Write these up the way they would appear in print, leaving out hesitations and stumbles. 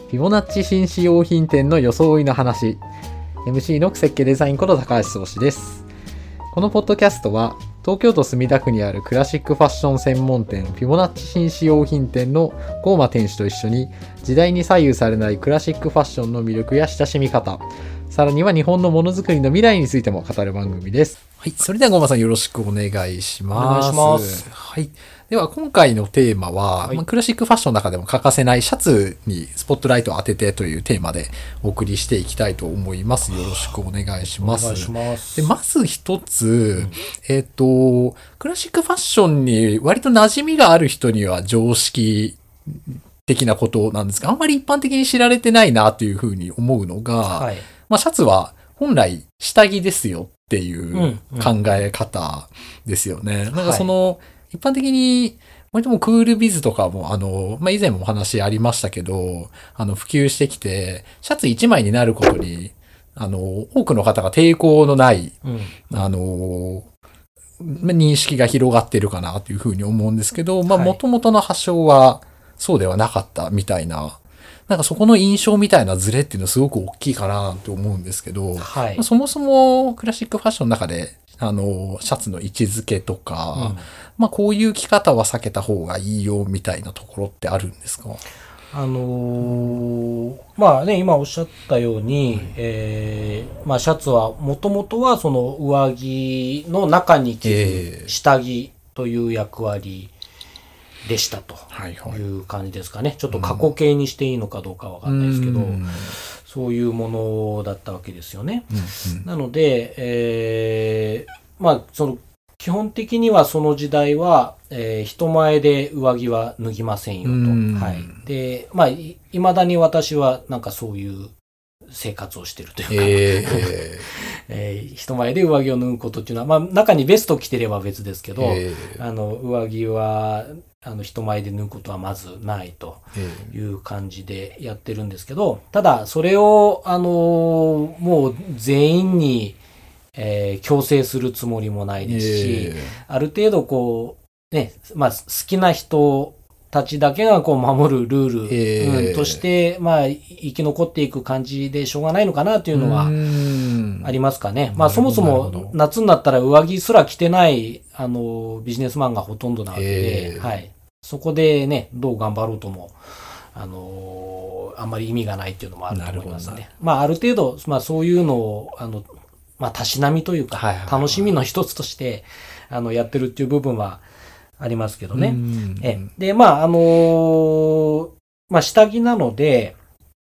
フィボナッチ紳士用品店の装いの話。 MC の設計デザインこと高橋壮志です。このポッドキャストは東京都墨田区にあるクラシックファッション専門店フィボナッチ紳士用品店のゴーマ店主と一緒に時代に左右されないクラシックファッションの魅力や親しみ方、さらには日本のものづくりの未来についても語る番組です。はい、それではゴーマさんよろしくお願いします。 お願いします。 はい。では今回のテーマは、クラシックファッションの中でも欠かせないシャツにスポットライトを当ててというテーマでお送りしていきたいと思います。よろしくお願いします。 お願いします。 で、まず一つ、クラシックファッションに割と馴染みがある人には常識的なことなんですが、あんまり一般的に知られてないなというふうに思うのが、シャツは本来下着ですよっていう考え方ですよね。なんかその、一般的に、割ともクールビズとかも、以前もお話ありましたけど、普及してきて、シャツ1枚になることに、多くの方が抵抗のない、認識が広がってるかなというふうに思うんですけど、元々の発祥はそうではなかったみたいな、なんかそこの印象みたいなズレっていうのはすごく大きいかなと思うんですけど、そもそもクラシックファッションの中で、シャツの位置づけとか、こういう着方は避けた方がいいよみたいなところってあるんですか？ 今おっしゃったように、シャツはもともとはその上着の中に着る下着という役割でしたという感じですかね。ちょっと過去形にしていいのかどうかわかんないですけど、そういうものだったわけですよね。なので、その基本的にはその時代は、人前で上着は脱ぎませんよと。で、未だに私はなんかそういう生活をしてるというか、人前で上着を脱ぐことっていうのは、中にベスト着てれば別ですけど、上着は人前で脱ぐことはまずないという感じでやってるんですけど、ただそれをもう全員に強制するつもりもないですし、ある程度こうね、好きな人たちだけがこう守るルール、として生き残っていく感じでしょうがないのかなというのはありますかね。そもそも夏になったら上着すら着てないビジネスマンがほとんどなわけで、そこでねどう頑張ろうともあんまり意味がないっていうのもあると思いますね。ある程度そういうのをたしなみというか、楽しみの一つとしてやってるっていう部分はありますけどね。で、下着なので、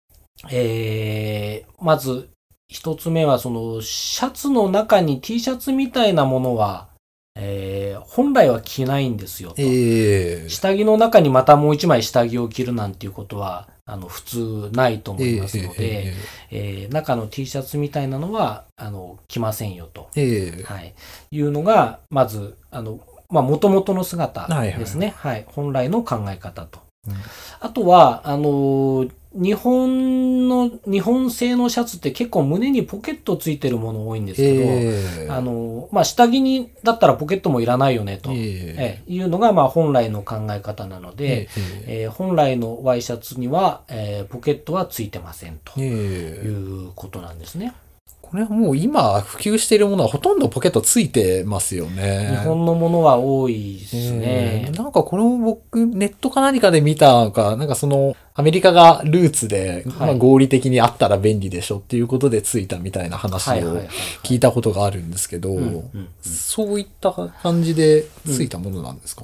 まず一つ目はそのシャツの中に T シャツみたいなものは、本来は着ないんですよと。下着の中にまたもう一枚下着を着るなんていうことは普通ないと思いますので、中の T シャツみたいなのは着ませんよと、いうのがまず元々の姿ですね。本来の考え方と。あとは日本製のシャツって結構胸にポケットついてるもの多いんですけど、下着にだったらポケットもいらないよねと、いうのが本来の考え方なので、本来のワイシャツには、ポケットはついてませんということなんですね。 これはもう今普及しているものはほとんどポケットついてますよね。 日本のものは多いですね。 なんかこれも僕ネットか何かで見たのか、なんかそのアメリカがルーツで、合理的にあったら便利でしょっていうことでついたみたいな話を聞いたことがあるんですけど、そういった感じでついたものなんですか？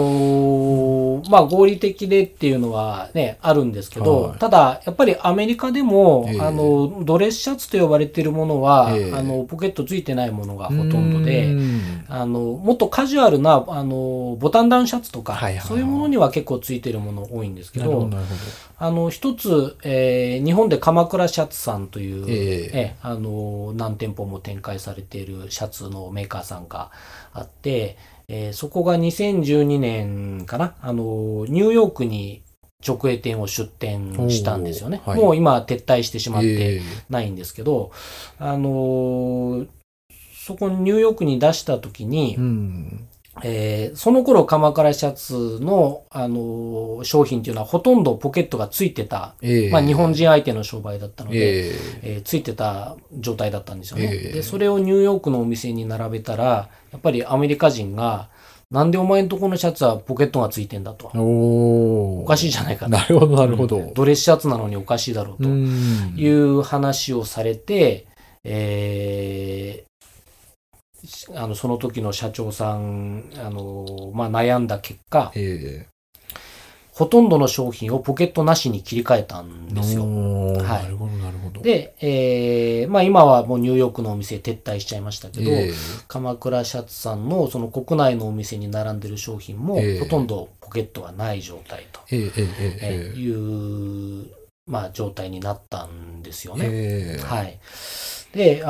合理的でっていうのはね、あるんですけど、ただ、やっぱりアメリカでも、ドレスシャツと呼ばれているものは、ポケットついてないものがほとんどで、もっとカジュアルな、ボタンダウンシャツとか、そういうものには結構ついてるもの多いんですけど、一つ、日本で鎌倉シャツさんという、何店舗も展開されているシャツのメーカーさんがあって、そこが2012年かな、ニューヨークに直営店を出店したんですよね。もう今撤退してしまってないんですけど、そこにニューヨークに出した時に、 その頃鎌倉シャツの、商品っていうのはほとんどポケットがついてた、まあ日本人相手の商売だったので、ついてた状態だったんですよね。で、それをニューヨークのお店に並べたら、やっぱりアメリカ人が、なんでお前んとこのシャツはポケットがついてんだと。おかしいじゃないかと。 なるほど、なるほど。 ドレスシャツなのにおかしいだろうという話をされて、その時の社長さん、まあ、悩んだ結果、ほとんどの商品をポケットなしに切り替えたんですよ。 はい、なるほど、なるほど。 で、まあ今はもうニューヨークのお店撤退しちゃいましたけど、鎌倉シャツさんのその国内のお店に並んでる商品もほとんどポケットがない状態という、まあ状態になったんですよね。はい。で、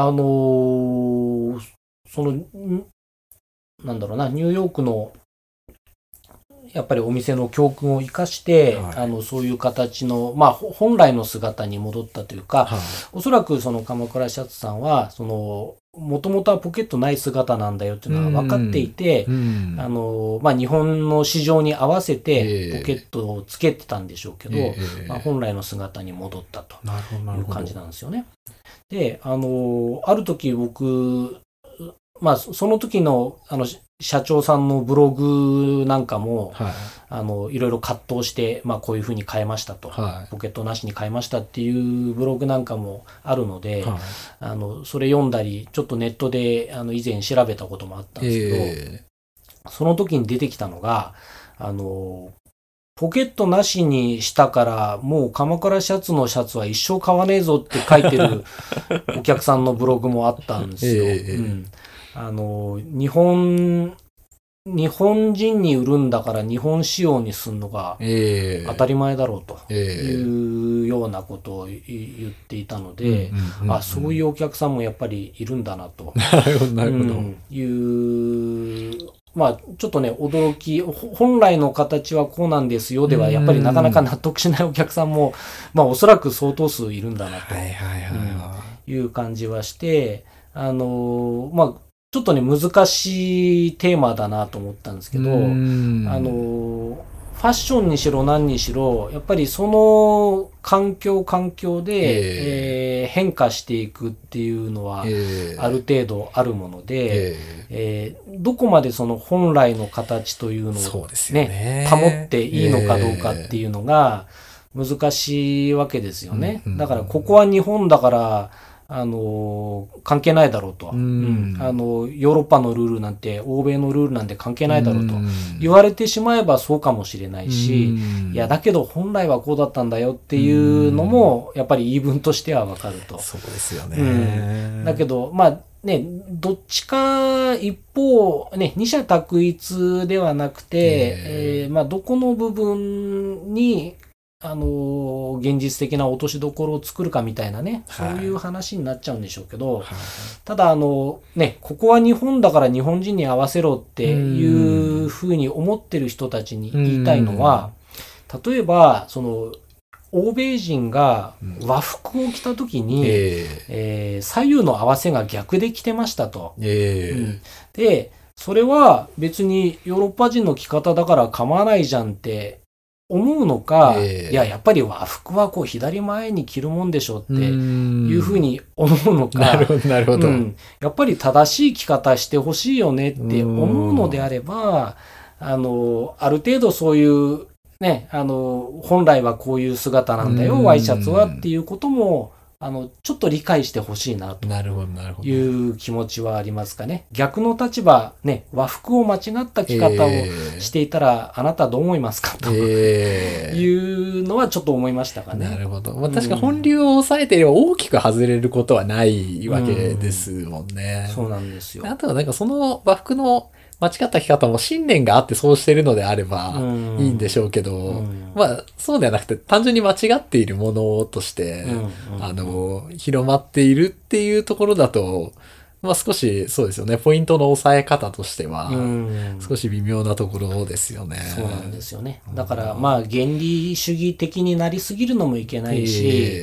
なんだろうな、ニューヨークのやっぱりお店の教訓を生かして、そういう形の、まあ、本来の姿に戻ったというか、おそらくその鎌倉シャツさんは、もともとはポケットない姿なんだよっていうのは分かっていて、まあ、日本の市場に合わせてポケットをつけてたんでしょうけど、まあ、本来の姿に戻ったという感じなんですよね。で、ある時僕、まあ、その時の、社長さんのブログなんかも、いろいろ葛藤して、まあ、こういうふうに変えましたと、ポケットなしに変えましたっていうブログなんかもあるので、それ読んだり、ちょっとネットで、以前調べたこともあったんですけど、その時に出てきたのが、ポケットなしにしたから、もう鎌倉シャツのシャツは一生買わねえぞって書いてるお客さんのブログもあったんですよ。日本人に売るんだから日本仕様にするのが当たり前だろうというようなことを言っていたので、そういうお客さんもやっぱりいるんだなという、まあちょっとね、驚き、本来の形はこうなんですよではやっぱりなかなか納得しないお客さんも、まあおそらく相当数いるんだなという感じはして、まあちょっとね、難しいテーマだなと思ったんですけど、ファッションにしろ何にしろ、やっぱりその環境で、変化していくっていうのは、ある程度あるもので、どこまでその本来の形というのをね、保っていいのかどうかっていうのが難しいわけですよね。だからここは日本だから、関係ないだろうと、ヨーロッパのルールなんて、欧米のルールなんて関係ないだろうと言われてしまえばそうかもしれないし、いや、だけど本来はこうだったんだよっていうのも、やっぱり言い分としてはわかると。 そうですよね。 だけど、まあね、どっちか一方、ね、二者択一ではなくて、まあどこの部分に、現実的な落としどころを作るかみたいなね、そういう話になっちゃうんでしょうけど、ただね、ここは日本だから日本人に合わせろっていうふうに思ってる人たちに言いたいのは、例えば、欧米人が和服を着たときに、左右の合わせが逆で着てましたと。で、それは別にヨーロッパ人の着方だから構わないじゃんって思うのか、いや、やっぱり和服はこう左前に着るもんでしょっていうふうに思うのか、 なるほど。 やっぱり正しい着方してほしいよねって思うのであれば、ある程度そういうね、本来はこういう姿なんだよ、ワイシャツはっていうことも、ちょっと理解してほしいなという気持ちはありますかね。逆の立場、ね、和服を間違った着方をしていたら、あなたどう思いますかというのはちょっと思いましたかね。 なるほど。まあ、確か本流を抑えていれば大きく外れることはないわけですもんね。 そうなんですよ。 あとはなんかその和服の間違った着方も信念があってそうしてるのであればいいんでしょうけど、まあそうではなくて単純に間違っているものとして、広まっているっていうところだと、まあ少しそうですよね、ポイントの抑え方としては少し微妙なところですよね。 そうなんですよね。だからまあ原理主義的になりすぎるのもいけないし、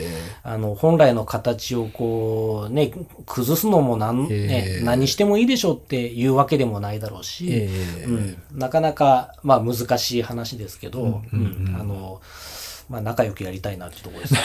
本来の形をこうね、崩すのも何してもいいでしょうっていうわけでもないだろうし、なかなか、まあ難しい話ですけど、まあ仲良くやりたいなってところですね。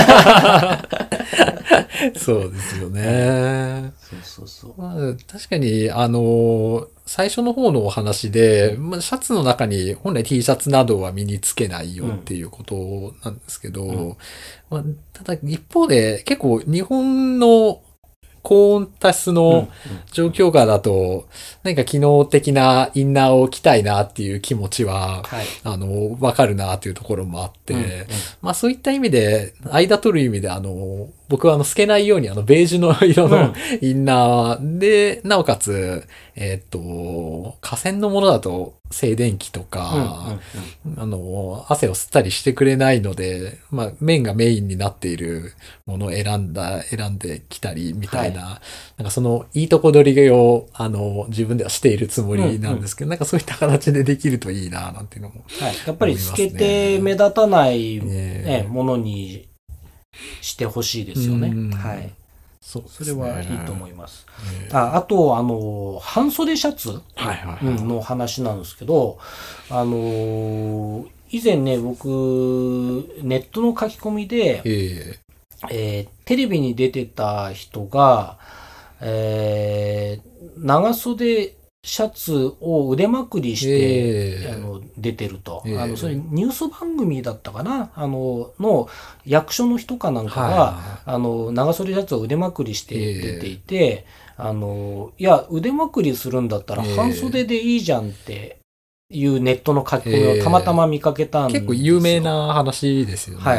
そうですよね。まあ、確かに、最初の方のお話で、まあ、シャツの中に本来 T シャツなどは身につけないよっていうことなんですけど、まあ、ただ一方で結構日本の高温多湿の状況下だと、何か機能的なインナーを着たいなっていう気持ちは、わかるなっていうところもあって、まあそういった意味で、間取る意味で僕は透けないようにベージュの色のインナーで、なおかつ、河川のものだと静電気とか、汗を吸ったりしてくれないので、まあ面がメインになっているものを選んできたりみたいな、なんかそのいいとこ取りを自分ではしているつもりなんですけど、なんかそういった形でできるといいななんていうのも、 やっぱり透けて目立たないものにしてほしいですよね。それはいいと思います。あと、半袖シャツの話なんですけど、以前ね、僕、ネットの書き込みで、テレビに出てた人が、長袖シャツを腕まくりして、出てると。それニュース番組だったかなの役所の人かなんかが、長袖シャツを腕まくりして出ていて、いや、腕まくりするんだったら半袖でいいじゃんっていうネットの書き込みをたまたま見かけたんですよ。 結構有名な話ですよね。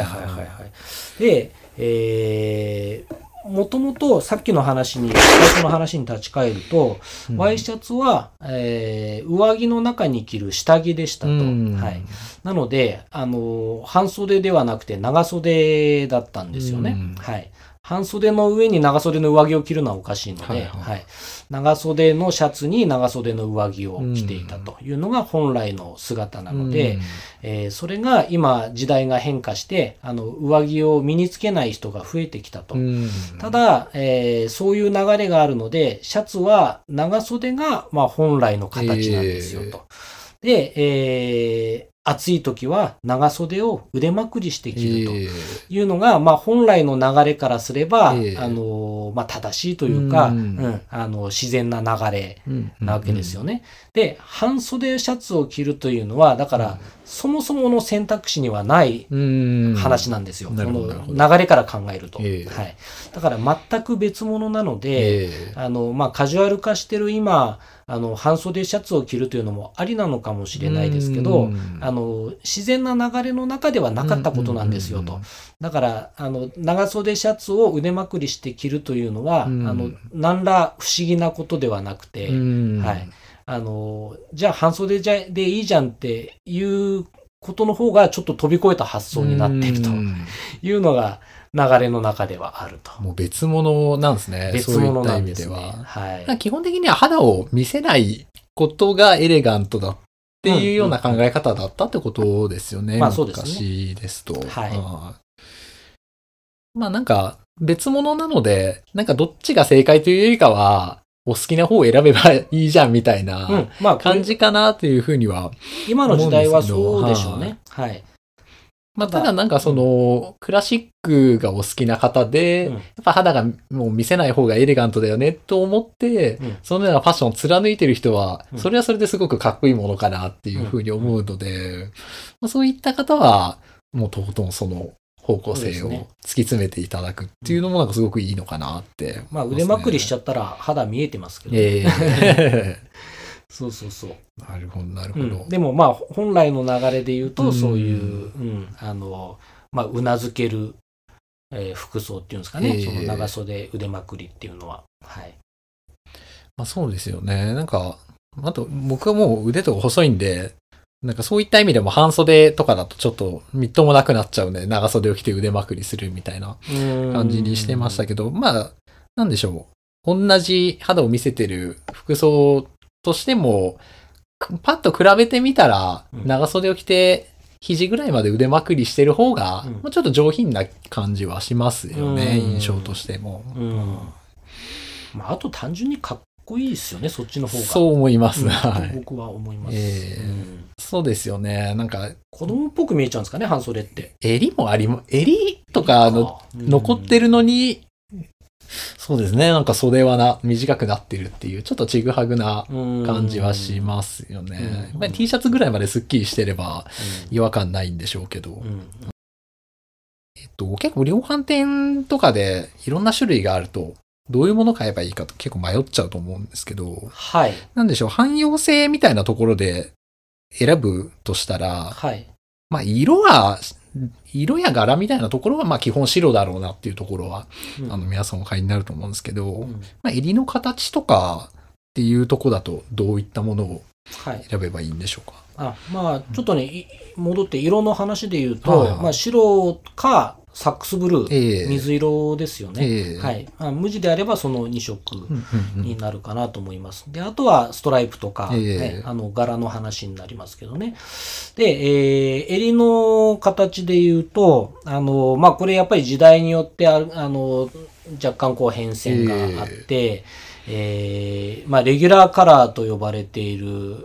で、もともとさっきの話に、最初の話に立ち返ると、ワイシャツは、上着の中に着る下着でしたと。なので、半袖ではなくて長袖だったんですよね。半袖の上に長袖の上着を着るのはおかしいので、長袖のシャツに長袖の上着を着ていたというのが本来の姿なので、それが今時代が変化して、上着を身につけない人が増えてきたと。ただ、そういう流れがあるので、シャツは長袖がまあ本来の形なんですよと。で、暑い時は長袖を腕まくりして着るというのが、まあ本来の流れからすれば、まあ正しいというか、自然な流れなわけですよね。で、半袖シャツを着るというのは、だから、そもそもの選択肢にはない話なんですよ。その流れから考えると。だから全く別物なので、まあカジュアル化してる今、半袖シャツを着るというのもありなのかもしれないですけど、自然な流れの中ではなかったことなんですよと。だから、長袖シャツを腕まくりして着るというのは、何ら不思議なことではなくて、じゃあ半袖でいいじゃんっていうことの方がちょっと飛び越えた発想になっているというのが流れの中ではあると。 もう別物なんですね。 別物なんですね。 そういった意味では。基本的には肌を見せないことがエレガントだっていうような考え方だったってことですよね。 まあそうですね。 昔ですと。まあなんか別物なので、なんかどっちが正解というよりかは、お好きな方を選べばいいじゃんみたいな感じかなというふうには、 今の時代はそうでしょうね。 まあ、ただなんかクラシックがお好きな方で、やっぱ肌がもう見せない方がエレガントだよねと思って、そのようなファッションを貫いてる人は、それはそれですごくかっこいいものかなっていうふうに思うので、まあ、そういった方は、もうとことんその方向性を突き詰めていただくっていうのもなんかすごくいいのかなって。 まあ腕まくりしちゃったら肌見えてますけど。そうそうそう。 なるほど、なるほど。 でもまあ本来の流れで言うと、そういう、まあうなずける、服装っていうんですかね。その長袖腕まくりっていうのは。 まあそうですよね。なんか、あと僕はもう腕とか細いんで、なんかそういった意味でも半袖とかだとちょっとみっともなくなっちゃうんで、長袖を着て腕まくりするみたいな感じにしてましたけど、まあ、なんでしょう。同じ肌を見せてる服装としても、パッと比べてみたら、長袖を着て肘ぐらいまで腕まくりしてる方が、 うんまあちょっと上品な感じはしますよね、 うん印象としても。 まあ、あと単純にかっこいいですよね、そっちの方が。 そう思います。 うんはい。 僕は思います、 そうですよね。なんか、 子供っぽく見えちゃうんですかね、半袖って。 襟もありも、襟とか残ってるのに、そうですね。なんか袖は短くなってるっていう、ちょっとちぐはぐな感じはしますよね。まあ、T シャツぐらいまですっきりしてれば違和感ないんでしょうけど。結構量販店とかでいろんな種類があると、どういうもの買えばいいかと結構迷っちゃうと思うんですけど、 はい。 なんでしょう、汎用性みたいなところで選ぶとしたら、 はい。 まあ色や柄みたいなところはまあ基本白だろうなっていうところは、皆さんお買いになると思うんですけど、まあ襟の形とかっていうところだとどういったものを選べばいいんでしょうか。 まあちょっとね、戻って色の話で言うと、まあ白かサックスブルー、水色ですよね。はい。無地であればその2色になるかなと思います。で、あとはストライプとか、柄の話になりますけどね。で、襟の形で言うと、まあこれやっぱり時代によって若干こう変遷があって、まあレギュラーカラーと呼ばれている、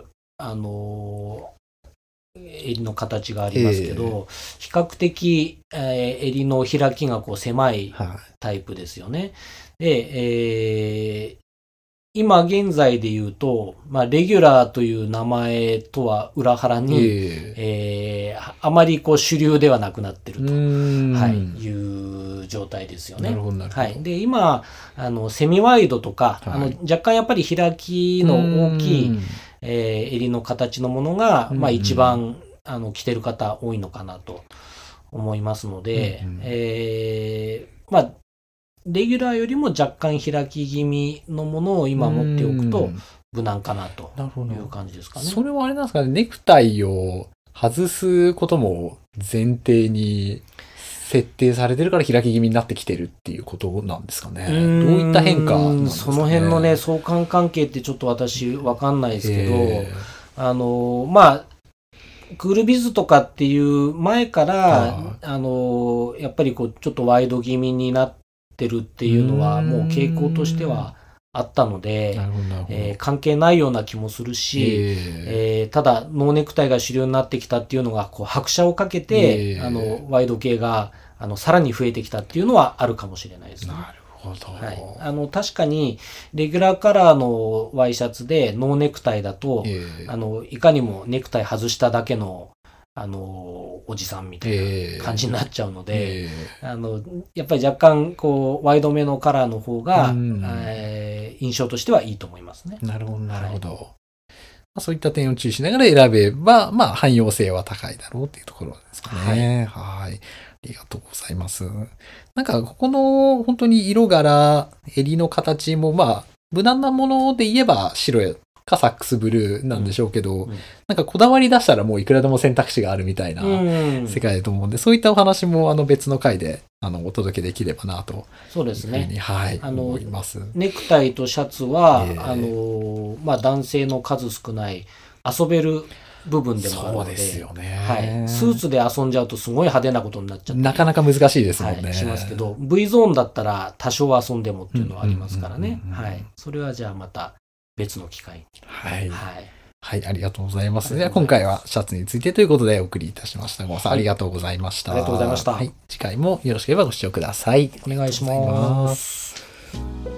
襟の形がありますけど、比較的、襟の開きがこう狭いタイプですよね。で、今現在で言うと、まあ、レギュラーという名前とは裏腹に、あまりこう主流ではなくなっていると、いう状態ですよね。はい。で、今、セミワイドとか、若干やっぱり開きの大きい、襟の形のものが、まあ一番、着てる方多いのかなと思いますので、まあ、レギュラーよりも若干開き気味のものを今持っておくと無難かなという感じですかね。 それはあれなんですかね、ネクタイを外すことも前提に設定されてるから開き気味になってきてるっていうことなんですかね。どういった変化なんですかね。 その辺のね、相関関係ってちょっと私わかんないですけど、まあ、クールビズとかっていう前から、やっぱりこう、ちょっとワイド気味になってるっていうのは、もう傾向としてはあったので、関係ないような気もするし、ただ、ノーネクタイが主流になってきたっていうのが、こう、拍車をかけて、ワイド系が、さらに増えてきたっていうのはあるかもしれないですね。はい、確かにレギュラーカラーのワイシャツでノーネクタイだと、いかにもネクタイ外しただけのおじさんみたいな感じになっちゃうので、やっぱり若干こうワイドめのカラーの方が、印象としてはいいと思いますね。 なるほど、なるほど。そういった点を注意しながら選べば、まあ、汎用性は高いだろうっていうところですかね。はい。ありがとうございます。なんか、ここの本当に色柄、襟の形も、まあ、無難なもので言えば白かサックスブルーなんでしょうけど、なんかこだわり出したらもういくらでも選択肢があるみたいな世界だと思うんで、そういったお話も別の回でお届けできればなと。 そうですね。 はい、思います。 ネクタイとシャツは、まあ男性の数少ない遊べる部分でもあるので、 そうですよね。 はい。スーツで遊んじゃうとすごい派手なことになっちゃって。 なかなか難しいですもんね。 しますけど、V ゾーンだったら多少遊んでもっていうのはありますからね。はい。それはじゃあまた別の機会に。 はい。はい、ありがとうございます。では今回はシャツについてということでお送りいたしました。ごさん、ありがとうございました。 ありがとうございました。 はい。次回もよろしければご視聴ください。 お願いします。